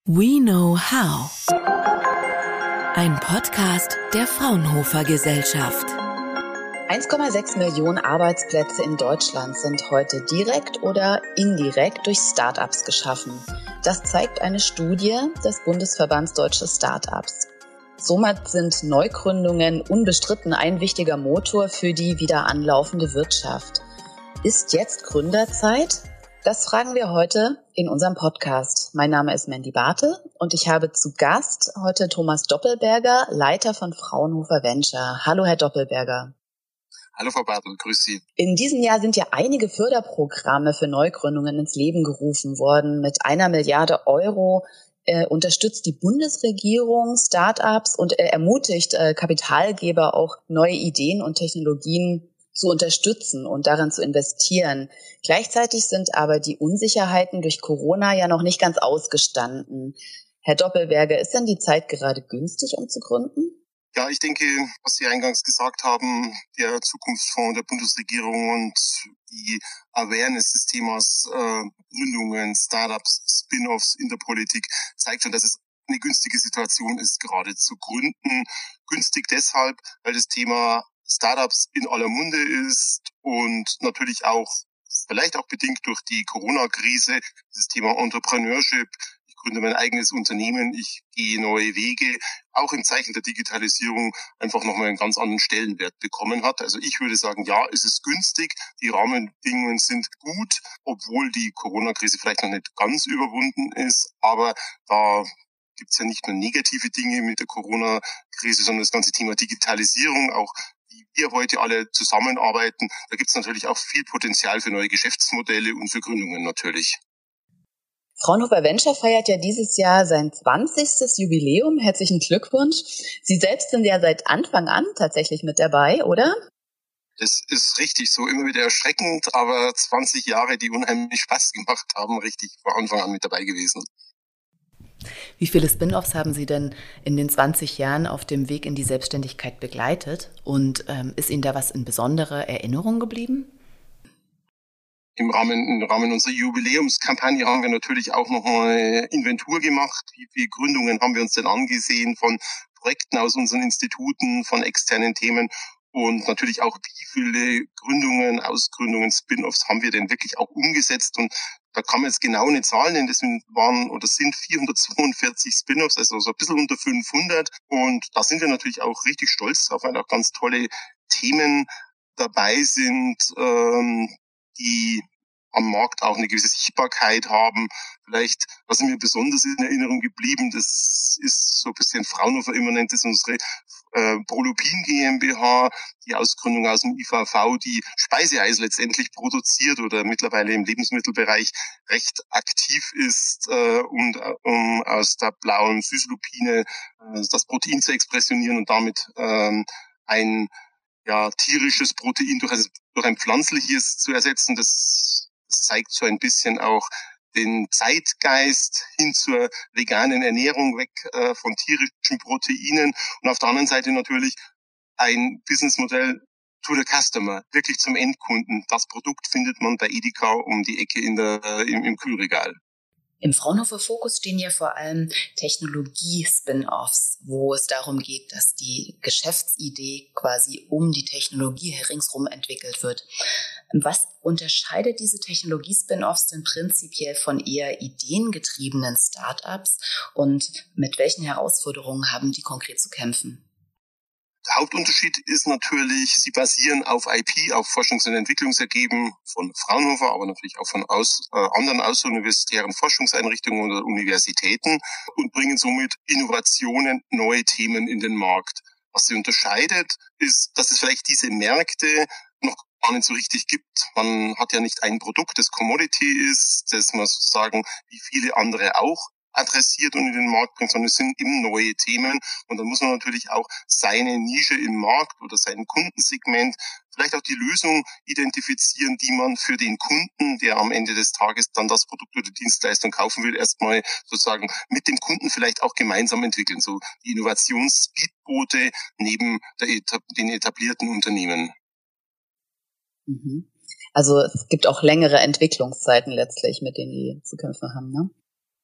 We Know How. Ein Podcast der Fraunhofer Gesellschaft. 1,6 Millionen Arbeitsplätze in Deutschland sind heute direkt oder indirekt durch Start-ups geschaffen. Das zeigt eine Studie des Bundesverbands Deutsche Start-ups. Somit sind Neugründungen unbestritten ein wichtiger Motor für die wieder anlaufende Wirtschaft. Ist jetzt Gründerzeit? Das fragen wir heute in unserem Podcast. Mein Name ist Mandy Barthe und ich habe zu Gast heute Thomas Doppelberger, Leiter von Fraunhofer Venture. Hallo, Herr Doppelberger. Hallo, Frau Barthe, grüß Sie. In diesem Jahr sind ja einige Förderprogramme für Neugründungen ins Leben gerufen worden. Mit 1 Milliarde Euro unterstützt die Bundesregierung Start-ups und ermutigt Kapitalgeber auch neue Ideen und Technologien zu unterstützen und darin zu investieren. Gleichzeitig sind aber die Unsicherheiten durch Corona ja noch nicht ganz ausgestanden. Herr Doppelberger, ist denn die Zeit gerade günstig, um zu gründen? Ja, ich denke, was Sie eingangs gesagt haben, der Zukunftsfonds der Bundesregierung und die Awareness des Themas Gründungen, Startups, Spin-offs in der Politik zeigt schon, dass es eine günstige Situation ist, gerade zu gründen. Günstig deshalb, weil das Thema Startups in aller Munde ist und natürlich auch, vielleicht auch bedingt durch die Corona-Krise, das Thema Entrepreneurship. Ich gründe mein eigenes Unternehmen, ich gehe neue Wege, auch im Zeichen der Digitalisierung einfach nochmal einen ganz anderen Stellenwert bekommen hat. Also ich würde sagen, ja, es ist günstig, die Rahmenbedingungen sind gut, obwohl die Corona-Krise vielleicht noch nicht ganz überwunden ist, aber da gibt's ja nicht nur negative Dinge mit der Corona-Krise, sondern das ganze Thema Digitalisierung, auch wie wir heute alle zusammenarbeiten. Da gibt's natürlich auch viel Potenzial für neue Geschäftsmodelle und für Gründungen natürlich. Fraunhofer Venture feiert ja dieses Jahr sein 20. Jubiläum. Herzlichen Glückwunsch. Sie selbst sind ja seit Anfang an tatsächlich mit dabei, oder? Das ist richtig so, immer wieder erschreckend, aber 20 Jahre, die unheimlich Spaß gemacht haben, richtig von Anfang an mit dabei gewesen. Wie viele Spin-offs haben Sie denn in den 20 Jahren auf dem Weg in die Selbstständigkeit begleitet? Und ist Ihnen da was in besonderer Erinnerung geblieben? Im Rahmen unserer Jubiläumskampagne haben wir natürlich auch noch eine Inventur gemacht. Wie viele Gründungen haben wir uns denn angesehen von Projekten aus unseren Instituten, von externen Themen und natürlich auch, wie viele Gründungen, Ausgründungen, Spin-offs haben wir denn wirklich auch umgesetzt. Und da kann man jetzt genau eine Zahl nennen, das sind 442 Spin-offs, also so ein bisschen unter 500. Und da sind wir natürlich auch richtig stolz drauf, weil auch ganz tolle Themen dabei sind, die am Markt auch eine gewisse Sichtbarkeit haben. Vielleicht, was mir besonders in Erinnerung geblieben, das ist so ein bisschen Fraunhofer immanent, das ist unsere Prolupin GmbH, die Ausgründung aus dem IVV, die Speiseeis letztendlich produziert oder mittlerweile im Lebensmittelbereich recht aktiv ist, um aus der blauen Süßlupine das Protein zu expressionieren und damit ein tierisches Protein durch ein pflanzliches zu ersetzen. Das zeigt so ein bisschen auch den Zeitgeist hin zur veganen Ernährung, weg von tierischen Proteinen und auf der anderen Seite natürlich ein Businessmodell to the customer, wirklich zum Endkunden. Das Produkt findet man bei Edeka um die Ecke im Kühlregal. Im Fraunhofer Fokus stehen ja vor allem Technologie-Spin-offs, wo es darum geht, dass die Geschäftsidee quasi um die Technologie ringsherum entwickelt wird. Was unterscheidet diese Technologie-Spin-offs denn prinzipiell von eher ideengetriebenen Start-ups und mit welchen Herausforderungen haben die konkret zu kämpfen? Der Hauptunterschied ist natürlich, sie basieren auf IP, auf Forschungs- und Entwicklungsergebnissen von Fraunhofer, aber natürlich auch von anderen außeruniversitären Forschungseinrichtungen oder Universitäten und bringen somit Innovationen, neue Themen in den Markt. Was sie unterscheidet, ist, dass es vielleicht diese Märkte noch gar nicht so richtig gibt. Man hat ja nicht ein Produkt, das Commodity ist, das man sozusagen wie viele andere auch adressiert und in den Markt bringt, sondern es sind eben neue Themen und dann muss man natürlich auch seine Nische im Markt oder sein Kundensegment, vielleicht auch die Lösung identifizieren, die man für den Kunden, der am Ende des Tages dann das Produkt oder Dienstleistung kaufen will, erstmal sozusagen mit dem Kunden vielleicht auch gemeinsam entwickeln, so die Innovationsspeedboote neben den etablierten Unternehmen. Also es gibt auch längere Entwicklungszeiten letztlich, mit denen die zu kämpfen haben, ne?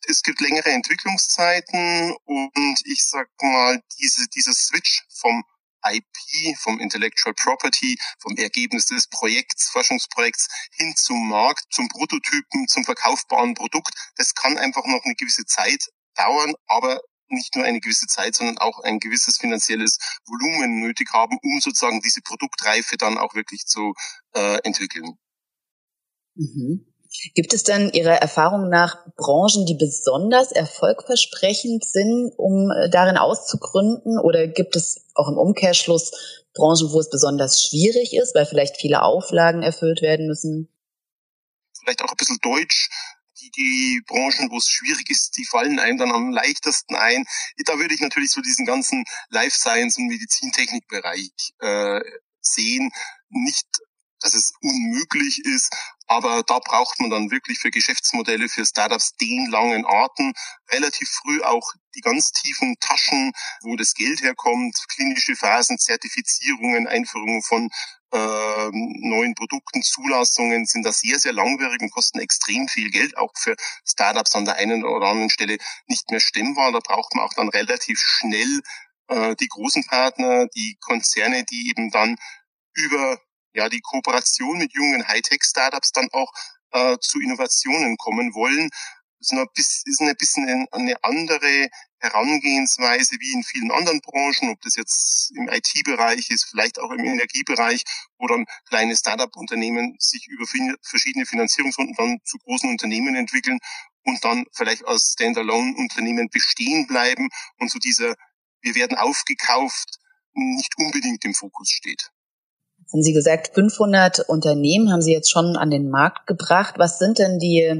Es gibt längere Entwicklungszeiten und ich sag mal, dieser Switch vom IP, vom Intellectual Property, vom Ergebnis des Projekts, Forschungsprojekts hin zum Markt, zum Prototypen, zum verkaufbaren Produkt, das kann einfach noch eine gewisse Zeit dauern, aber nicht nur eine gewisse Zeit, sondern auch ein gewisses finanzielles Volumen nötig haben, um sozusagen diese Produktreife dann auch wirklich zu entwickeln. Mhm. Gibt es dann Ihrer Erfahrung nach Branchen, die besonders erfolgversprechend sind, um darin auszugründen? Oder gibt es auch im Umkehrschluss Branchen, wo es besonders schwierig ist, weil vielleicht viele Auflagen erfüllt werden müssen? Vielleicht auch ein bisschen deutsch. Die Branchen, wo es schwierig ist, die fallen einem dann am leichtesten ein. Da würde ich natürlich so diesen ganzen Life Science- und Medizintechnikbereich sehen. Nicht, dass es unmöglich ist, aber da braucht man dann wirklich für Geschäftsmodelle, für Startups den langen Atem, relativ früh auch die ganz tiefen Taschen, wo das Geld herkommt, klinische Phasen, Zertifizierungen, Einführungen von neuen Produkten, Zulassungen sind da sehr, sehr langwierig und kosten extrem viel Geld, auch für Startups an der einen oder anderen Stelle nicht mehr stemmbar. Da braucht man auch dann relativ schnell die großen Partner, die Konzerne, die eben dann über die Kooperation mit jungen Hightech-Startups dann auch zu Innovationen kommen wollen. Das ist ein bisschen eine andere Herangehensweise wie in vielen anderen Branchen, ob das jetzt im IT-Bereich ist, vielleicht auch im Energiebereich, wo dann kleine Startup-Unternehmen sich über verschiedene Finanzierungsrunden dann zu großen Unternehmen entwickeln und dann vielleicht als Standalone-Unternehmen bestehen bleiben und so dieser wir werden aufgekauft nicht unbedingt im Fokus steht. Haben Sie gesagt, 500 Unternehmen haben Sie jetzt schon an den Markt gebracht. Was sind denn die,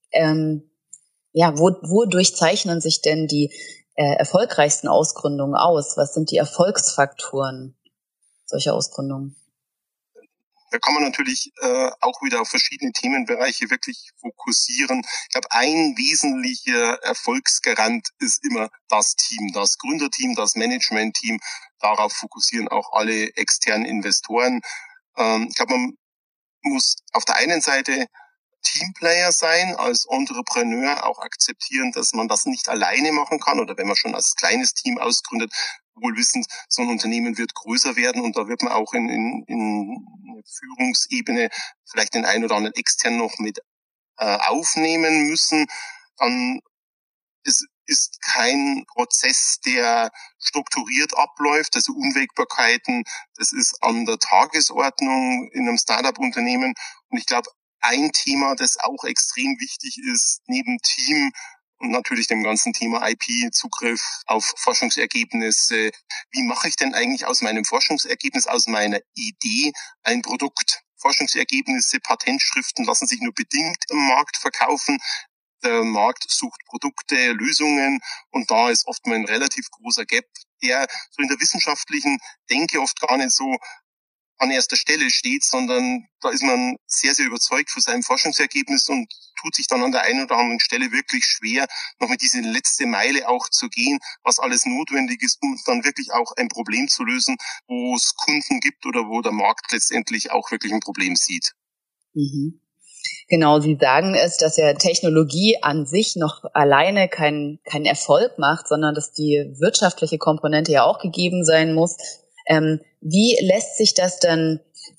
wodurch zeichnen sich denn die erfolgreichsten Ausgründungen aus? Was sind die Erfolgsfaktoren solcher Ausgründungen? Da kann man natürlich auch wieder auf verschiedene Themenbereiche wirklich fokussieren. Ich glaube, ein wesentlicher Erfolgsgarant ist immer das Team, das Gründerteam, das Managementteam. Darauf fokussieren auch alle externen Investoren. Ich glaube, man muss auf der einen Seite Teamplayer sein, als Entrepreneur auch akzeptieren, dass man das nicht alleine machen kann oder wenn man schon als kleines Team ausgründet, wohl wissend, so ein Unternehmen wird größer werden und da wird man auch in Führungsebene vielleicht den einen oder anderen extern noch mit aufnehmen müssen. Dann ist kein Prozess, der strukturiert abläuft, also Unwägbarkeiten, das ist an der Tagesordnung in einem Startup-Unternehmen und ich glaube, ein Thema, das auch extrem wichtig ist, neben Team und natürlich dem ganzen Thema IP, Zugriff auf Forschungsergebnisse. Wie mache ich denn eigentlich aus meinem Forschungsergebnis, aus meiner Idee ein Produkt? Forschungsergebnisse, Patentschriften lassen sich nur bedingt im Markt verkaufen. Der Markt sucht Produkte, Lösungen und da ist oft mal ein relativ großer Gap, der so in der wissenschaftlichen Denke oft gar nicht so an erster Stelle steht, sondern da ist man sehr, sehr überzeugt von seinem Forschungsergebnis und tut sich dann an der einen oder anderen Stelle wirklich schwer, noch mit diese letzte Meile auch zu gehen, was alles notwendig ist, um dann wirklich auch ein Problem zu lösen, wo es Kunden gibt oder wo der Markt letztendlich auch wirklich ein Problem sieht. Mhm. Genau, Sie sagen es, dass ja Technologie an sich noch alleine keinen Erfolg macht, sondern dass die wirtschaftliche Komponente ja auch gegeben sein muss. Wie lässt sich das dann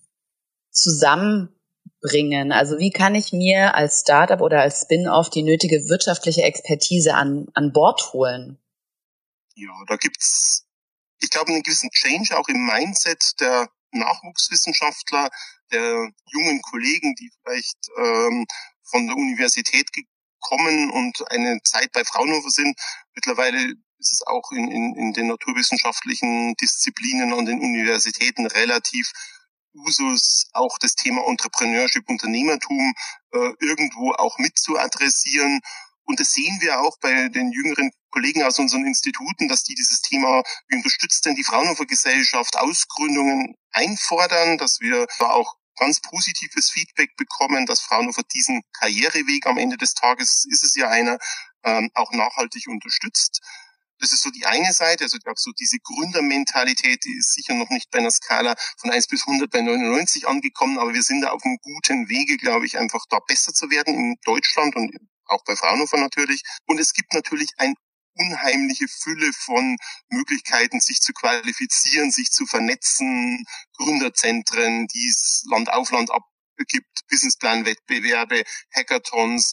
zusammenbringen? Also wie kann ich mir als Startup oder als Spin-off die nötige wirtschaftliche Expertise an Bord holen? Ja, da gibt's, ich glaube, einen gewissen Change auch im Mindset der Nachwuchswissenschaftler, der jungen Kollegen, die vielleicht von der Universität gekommen und eine Zeit bei Fraunhofer sind. Mittlerweile ist es auch in den naturwissenschaftlichen Disziplinen an den Universitäten relativ Usus, auch das Thema Entrepreneurship, Unternehmertum irgendwo auch mit zu adressieren. Und das sehen wir auch bei den jüngeren Kollegen aus unseren Instituten, dass die dieses Thema, wie unterstützt denn die Fraunhofer Gesellschaft, Ausgründungen einfordern, dass wir da auch ganz positives Feedback bekommen, dass Fraunhofer diesen Karriereweg am Ende des Tages, ist es ja einer, auch nachhaltig unterstützt. Das ist so die eine Seite, also ich glaube, so diese Gründermentalität, die ist sicher noch nicht bei einer Skala von 1 bis 100 bei 99 angekommen, aber wir sind da auf einem guten Wege, glaube ich, einfach da besser zu werden in Deutschland und auch bei Fraunhofer natürlich. Und es gibt natürlich eine unheimliche Fülle von Möglichkeiten, sich zu qualifizieren, sich zu vernetzen, Gründerzentren, die es Land auf Land abgibt, Businessplan-Wettbewerbe, Hackathons,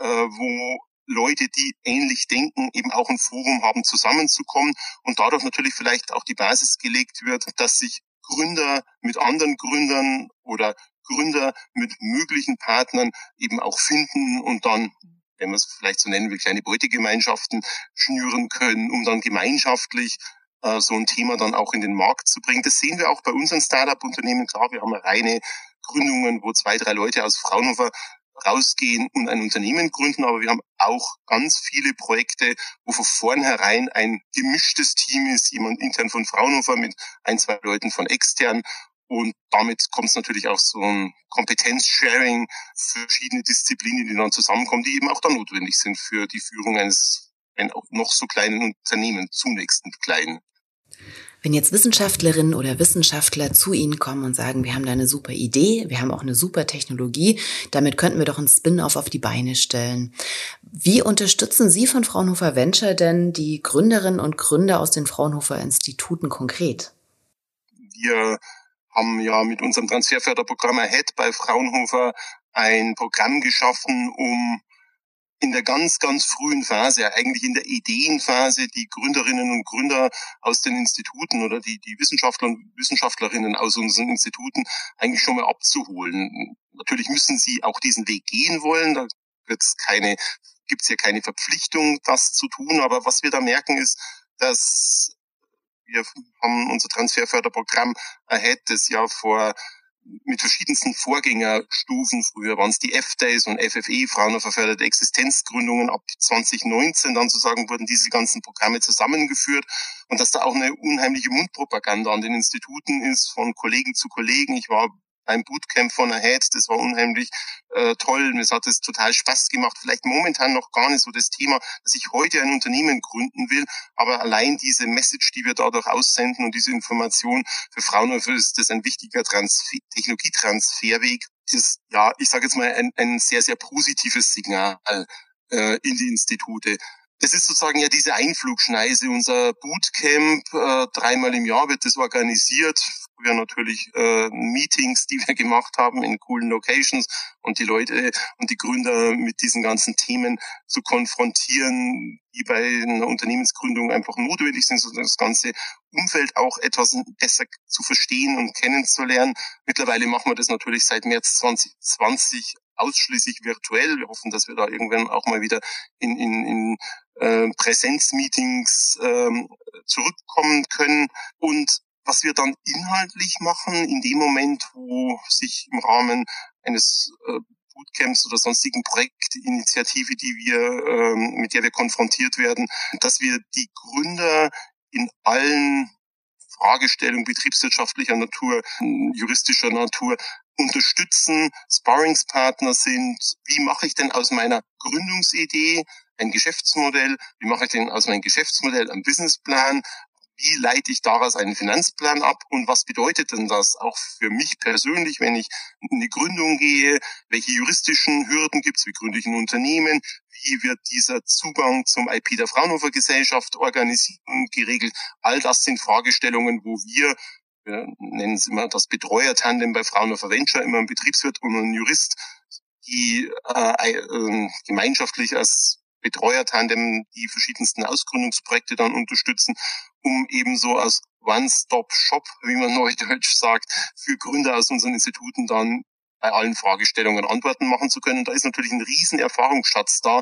wo Leute, die ähnlich denken, eben auch ein Forum haben, zusammenzukommen und dadurch natürlich vielleicht auch die Basis gelegt wird, dass sich Gründer mit anderen Gründern oder Gründer mit möglichen Partnern eben auch finden und dann, wenn man es vielleicht so nennen will, kleine Beutegemeinschaften schnüren können, um dann gemeinschaftlich so ein Thema dann auch in den Markt zu bringen. Das sehen wir auch bei unseren Startup-Unternehmen. Klar, wir haben reine Gründungen, wo 2, 3 Leute aus Fraunhofer rausgehen und ein Unternehmen gründen, aber wir haben auch ganz viele Projekte, wo von vornherein ein gemischtes Team ist, jemand intern von Fraunhofer mit 1, 2 Leuten von extern, und damit kommt es natürlich auch so ein Kompetenz-Sharing für verschiedene Disziplinen, die dann zusammenkommen, die eben auch dann notwendig sind für die Führung eines auch noch so kleinen Unternehmen, zunächst klein. Wenn jetzt Wissenschaftlerinnen oder Wissenschaftler zu Ihnen kommen und sagen, wir haben da eine super Idee, wir haben auch eine super Technologie, damit könnten wir doch ein Spin-off auf die Beine stellen. Wie unterstützen Sie von Fraunhofer Venture denn die Gründerinnen und Gründer aus den Fraunhofer Instituten konkret? Wir haben ja mit unserem Transferförderprogramm AHEAD bei Fraunhofer ein Programm geschaffen, um in der ganz, ganz frühen Phase, eigentlich in der Ideenphase, die Gründerinnen und Gründer aus den Instituten oder die Wissenschaftler und Wissenschaftlerinnen aus unseren Instituten eigentlich schon mal abzuholen. Natürlich müssen sie auch diesen Weg gehen wollen, da gibt's ja keine Verpflichtung, das zu tun, aber was wir da merken ist, dass wir haben unser Transferförderprogramm AHEAD, das ja mit verschiedensten Vorgängerstufen. Früher waren es die F-Days und FFE, Fraunhofer förderte Existenzgründungen. Ab 2019 dann sozusagen wurden diese ganzen Programme zusammengeführt und dass da auch eine unheimliche Mundpropaganda an den Instituten ist, von Kollegen zu Kollegen. Ich war beim Bootcamp von AHEAD, das war unheimlich toll. Mir hat es total Spaß gemacht. Vielleicht momentan noch gar nicht so das Thema, dass ich heute ein Unternehmen gründen will, aber allein diese Message, die wir dadurch aussenden und diese Information für Fraunhofer ist das ein wichtiger Technologietransferweg. Ist, ja, ich sage jetzt mal, ein sehr, sehr positives Signal in die Institute. Das ist sozusagen ja diese Einflugschneise. Unser Bootcamp, 3-mal im Jahr wird das organisiert. Früher natürlich Meetings, die wir gemacht haben in coolen Locations und die Leute und die Gründer mit diesen ganzen Themen zu konfrontieren, die bei einer Unternehmensgründung einfach notwendig sind, so das ganze Umfeld auch etwas besser zu verstehen und kennenzulernen. Mittlerweile machen wir das natürlich seit März 2020 ausschließlich virtuell. Wir hoffen, dass wir da irgendwann auch mal wieder in Präsenzmeetings zurückkommen können. Und was wir dann inhaltlich machen, in dem Moment, wo sich im Rahmen eines Bootcamps oder sonstigen Projektinitiative, mit der wir konfrontiert werden, dass wir die Gründer in allen Fragestellungen betriebswirtschaftlicher Natur, juristischer Natur unterstützen, Sparringspartner sind. Wie mache ich denn aus meiner Gründungsidee ein Geschäftsmodell? Wie mache ich denn aus meinem Geschäftsmodell einen Businessplan? Wie leite ich daraus einen Finanzplan ab und was bedeutet denn das auch für mich persönlich, wenn ich in die Gründung gehe? Welche juristischen Hürden gibt es? Wie gründe ich ein Unternehmen? Wie wird dieser Zugang zum IP der Fraunhofer Gesellschaft organisiert und geregelt? All das sind Fragestellungen, wo wir nennen es immer das Betreuer-Tandem bei Fraunhofer Venture, immer ein Betriebswirt und ein Jurist, die gemeinschaftlich als Betreuer-Tandem die verschiedensten Ausgründungsprojekte dann unterstützen, um eben so als One-Stop-Shop, wie man neudeutsch sagt, für Gründer aus unseren Instituten dann bei allen Fragestellungen Antworten machen zu können. Da ist natürlich ein riesen Erfahrungsschatz da,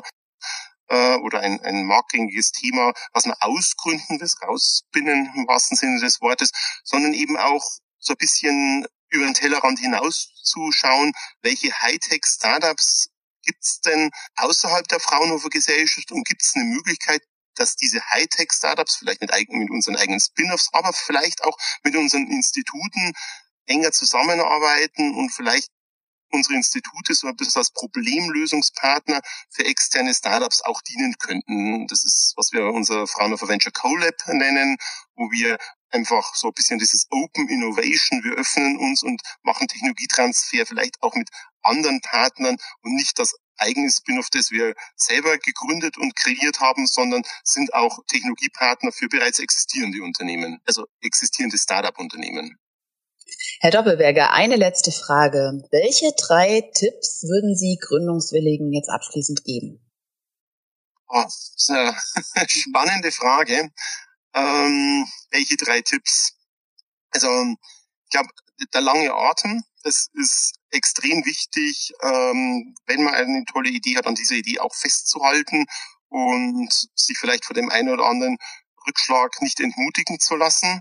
oder ein marktgängiges Thema, was man ausgründen will, rausspinnen im wahrsten Sinne des Wortes, sondern eben auch so ein bisschen über den Tellerrand hinaus zu schauen, welche Hightech-Startups gibt's denn außerhalb der Fraunhofer Gesellschaft und gibt's eine Möglichkeit, dass diese Hightech-Startups vielleicht mit unseren eigenen Spin-offs, aber vielleicht auch mit unseren Instituten enger zusammenarbeiten und vielleicht unsere Institute so ein bisschen als Problemlösungspartner für externe Startups auch dienen könnten. Das ist, was wir unser Fraunhofer Venture Co-Lab nennen, wo wir einfach so ein bisschen dieses Open Innovation, wir öffnen uns und machen Technologietransfer vielleicht auch mit anderen Partnern und nicht, dass eigenes Spin-off, das wir selber gegründet und kreiert haben, sondern sind auch Technologiepartner für bereits existierende Unternehmen, also existierende Start-up-Unternehmen. Herr Doppelberger, eine letzte Frage. Welche 3 Tipps würden Sie Gründungswilligen jetzt abschließend geben? Das ist eine spannende Frage. Welche 3 Tipps? Also ich glaube, der lange Atem, das ist extrem wichtig, wenn man eine tolle Idee hat, an dieser Idee auch festzuhalten und sich vielleicht vor dem einen oder anderen Rückschlag nicht entmutigen zu lassen.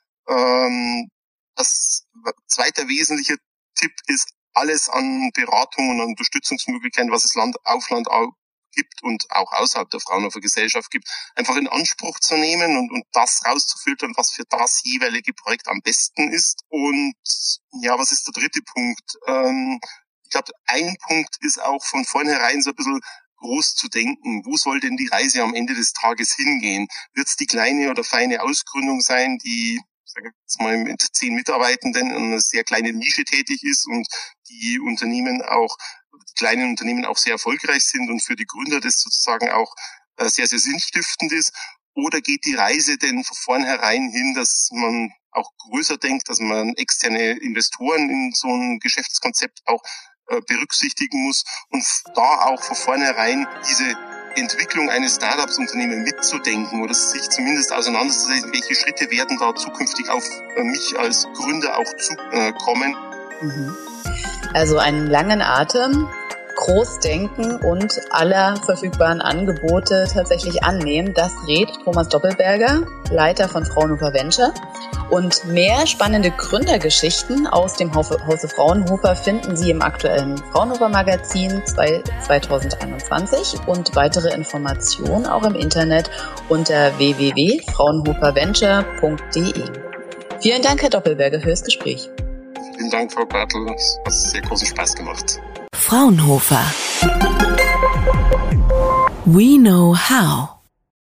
Das zweite wesentliche Tipp ist, alles an Beratungen und Unterstützungsmöglichkeiten, was es Land auf Land gibt und auch außerhalb der Fraunhofer Gesellschaft gibt, einfach in Anspruch zu nehmen und das rauszufiltern, was für das jeweilige Projekt am besten ist. Und ja, was ist der dritte Punkt? Ich glaube, ein Punkt ist auch von vornherein so ein bisschen groß zu denken. Wo soll denn die Reise am Ende des Tages hingehen? Wird es die kleine oder feine Ausgründung sein, die, sagen wir jetzt mal, mit 10 Mitarbeitenden in einer sehr kleinen Nische tätig ist und die kleinen Unternehmen auch sehr erfolgreich sind und für die Gründer das sozusagen auch sehr, sehr sinnstiftend ist? Oder geht die Reise denn von vornherein hin, dass man auch größer denkt, dass man externe Investoren in so ein Geschäftskonzept auch berücksichtigen muss und da auch von vornherein diese Entwicklung eines Startups-Unternehmens mitzudenken oder sich zumindest auseinanderzusetzen, welche Schritte werden da zukünftig auf mich als Gründer auch zukommen. Also einen langen Atem, groß denken und aller verfügbaren Angebote tatsächlich annehmen. Das rät Thomas Doppelberger, Leiter von Fraunhofer Venture. Und mehr spannende Gründergeschichten aus dem Hause Fraunhofer finden Sie im aktuellen Fraunhofer Magazin 2021 und weitere Informationen auch im Internet unter www.fraunhoferventure.de. Vielen Dank, Herr Doppelberger, für das Gespräch. Vielen Dank, Frau Bartel. Es hat sehr großen Spaß gemacht. Fraunhofer. We know how.